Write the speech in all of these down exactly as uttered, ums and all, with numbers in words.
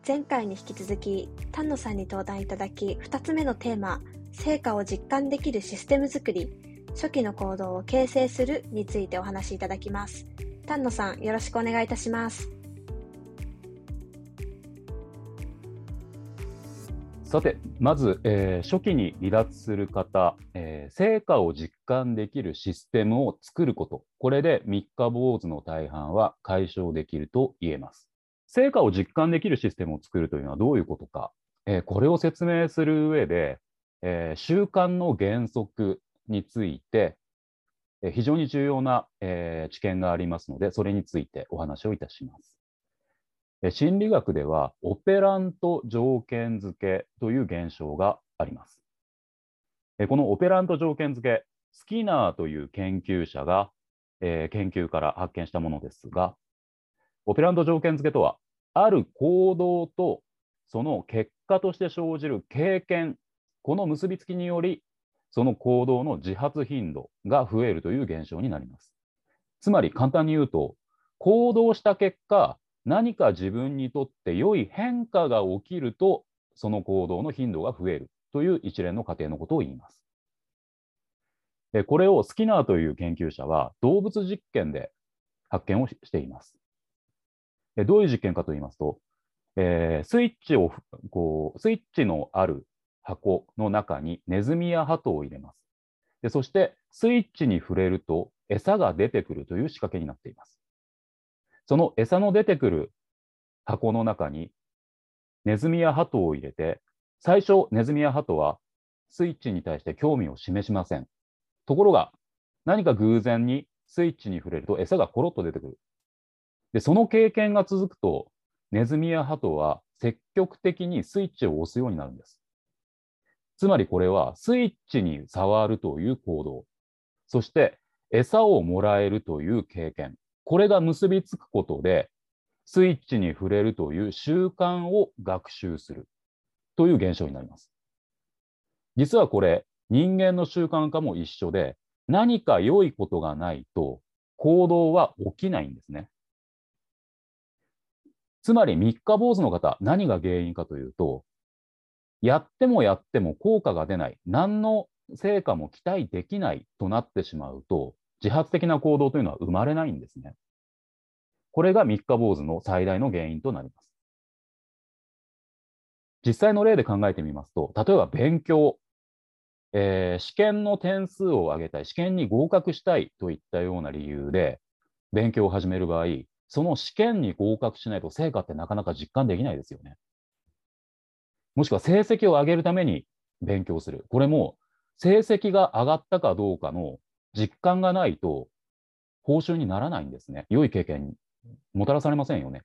前回に引き続き丹野さんに登壇いただき、ふたつめのテーマ、成果を実感できるシステム作り、初期の行動を形成するについてお話しいただきます。丹野さん、よろしくお願いいたします。 さて、まず、えー、初期に離脱する方、えー、成果を実感できるシステムを作ること、これで三日坊主の大半は解消できると言えます。成果を実感できるシステムを作るというのはどういうことか、えー、これを説明する上で、えー、習慣の原則について、えー、非常に重要な、えー、知見がありますので、それについてお話をいたします。心理学ではオペラント条件付けという現象があります。このオペラント条件付け、スキナーという研究者が、えー、研究から発見したものですが、オペラント条件付けとは、ある行動とその結果として生じる経験、この結びつきにより、その行動の自発頻度が増えるという現象になります。つまり簡単に言うと、行動した結果、何か自分にとって良い変化が起きると、その行動の頻度が増えるという一連の過程のことを言います。これをスキナーという研究者は動物実験で発見をしています。どういう実験かと言いますと、えー、スイッチをこうスイッチのある箱の中にネズミやハトを入れます。でそしてスイッチに触れると餌が出てくるという仕掛けになっています。その餌の出てくる箱の中にネズミやハトを入れて、最初ネズミやハトはスイッチに対して興味を示しません。ところが何か偶然にスイッチに触れると餌がコロッと出てくる。でその経験が続くと、ネズミやハトは積極的にスイッチを押すようになるんです。つまりこれはスイッチに触るという行動、そして餌をもらえるという経験、これが結びつくことで、スイッチに触れるという習慣を学習するという現象になります。実はこれ、人間の習慣化も一緒で、何か良いことがないと行動は起きないんですね。つまり三日坊主の方、何が原因かというと、やってもやっても効果が出ない、何の成果も期待できないとなってしまうと、自発的な行動というのは生まれないんですね。これが三日坊主の最大の原因となります。実際の例で考えてみますと、例えば勉強、えー、試験の点数を上げたい、試験に合格したいといったような理由で勉強を始める場合、その試験に合格しないと成果ってなかなか実感できないですよね。もしくは成績を上げるために勉強する。これも成績が上がったかどうかの実感がないと報酬にならないんですね。良い経験にもたらされませんよね。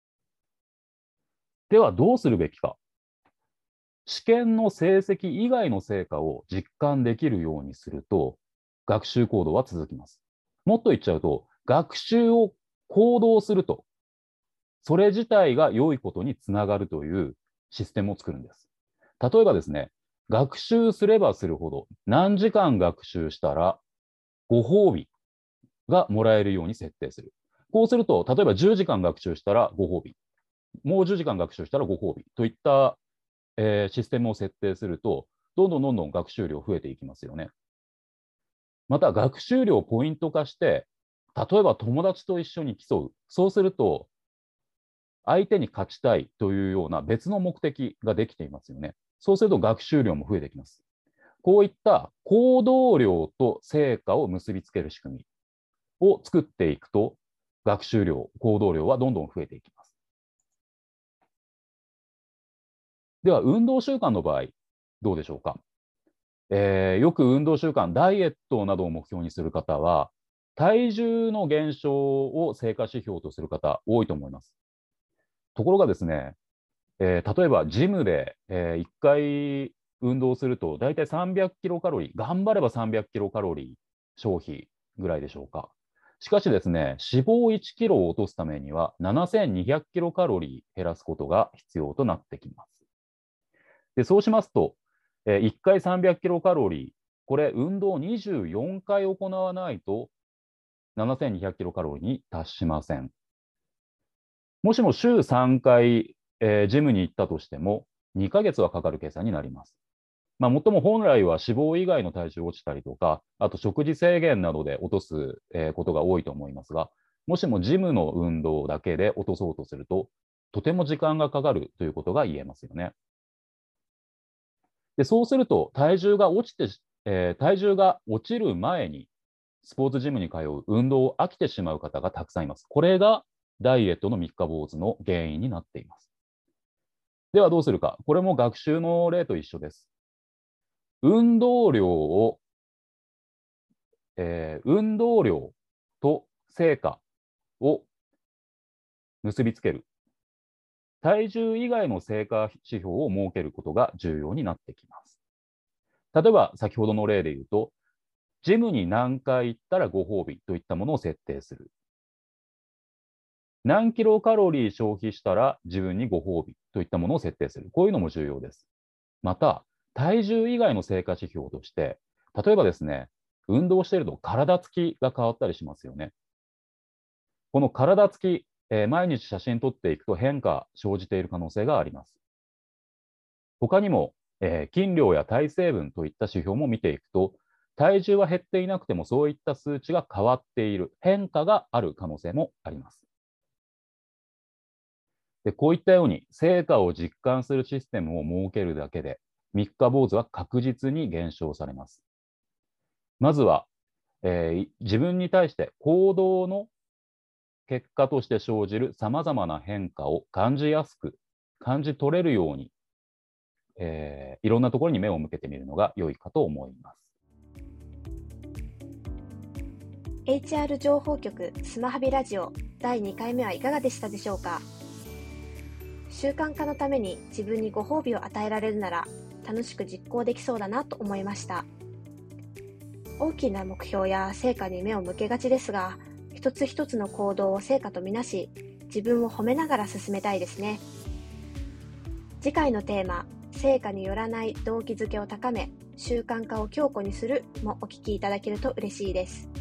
ではどうするべきか。試験の成績以外の成果を実感できるようにすると、学習行動は続きます。もっと言っちゃうと、学習を行動すると、それ自体が良いことにつながるというシステムを作るんです。例えばですね、学習すればするほど、何時間学習したらご褒美がもらえるように設定する。こうすると、例えばじゅうじかん学習したらご褒美、もうじゅうじかん学習したらご褒美といったえー、システムを設定すると、どんどんどんどん学習量増えていきますよね。また、学習量をポイント化して、例えば友達と一緒に競う。そうすると、相手に勝ちたいというような別の目的ができていますよね。そうすると学習量も増えてきます。こういった行動量と成果を結びつける仕組みを作っていくと、学習量、行動量はどんどん増えていきます。では、運動習慣の場合、どうでしょうか。えー、よく運動習慣、ダイエットなどを目標にする方は、体重の減少を成果指標とする方、多いと思います。ところがですね、えー、例えばジムで、えー、いっかい運動すると、だいたいさんびゃくキロカロリー、頑張ればさんびゃくキロカロリー消費ぐらいでしょうか。しかしですね、脂肪いちキロを落とすためには、ななせんにひゃくキロカロリー減らすことが必要となってきます。でそうしますと、えー、いっかいさんびゃくキロカロリー、これ、運動にじゅうよんかい行わないと、ななせんにひゃくキロカロリーに達しません。もしも週さんかいえージムに行ったとしてもにかげつはかかる計算になります。まあ、もっとも本来は脂肪以外の体重が落ちたりとか、あと食事制限などで落とす、えーことが多いと思いますが、もしもジムの運動だけで落とそうとすると、とても時間がかかるということが言えますよね。で、そうすると体重が落ちて、えー体重が落ちる前にスポーツジムに通う運動を飽きてしまう方がたくさんいます。これがダイエットの三日坊主の原因になっています。ではどうするか。これも学習の例と一緒です。運動量を、えー運動量と成果を結びつける。体重以外の成果指標を設けることが重要になってきます。例えば先ほどの例で言うと、ジムに何回行ったらご褒美といったものを設定する。何キロカロリー消費したら自分にご褒美といったものを設定する。こういうのも重要です。また、体重以外の成果指標として、例えばですね、運動していると体つきが変わったりしますよね。この体つき、えー毎日写真撮っていくと変化生じている可能性があります。他にも、えー筋量や体成分といった指標も見ていくと、体重は減っていなくてもそういった数値が変わっている、変化がある可能性もあります。で、こういったように成果を実感するシステムを設けるだけで、三日坊主は確実に減少されます。まずは、えー自分に対して行動の結果として生じるさまざまな変化を感じやすく、感じ取れるように、えーいろんなところに目を向けてみるのが良いかと思います。 エイチアール 情報局スマハビラジオだいにかいめはいかがでしたでしょうか。習慣化のために自分にご褒美を与えられるなら楽しく実行できそうだなと思いました。大きな目標や成果に目を向けがちですが、一つ一つの行動を成果とみなし、自分を褒めながら進めたいですね。次回のテーマ、成果によらない動機づけを高め、習慣化を強固にするもお聞きいただけると嬉しいです。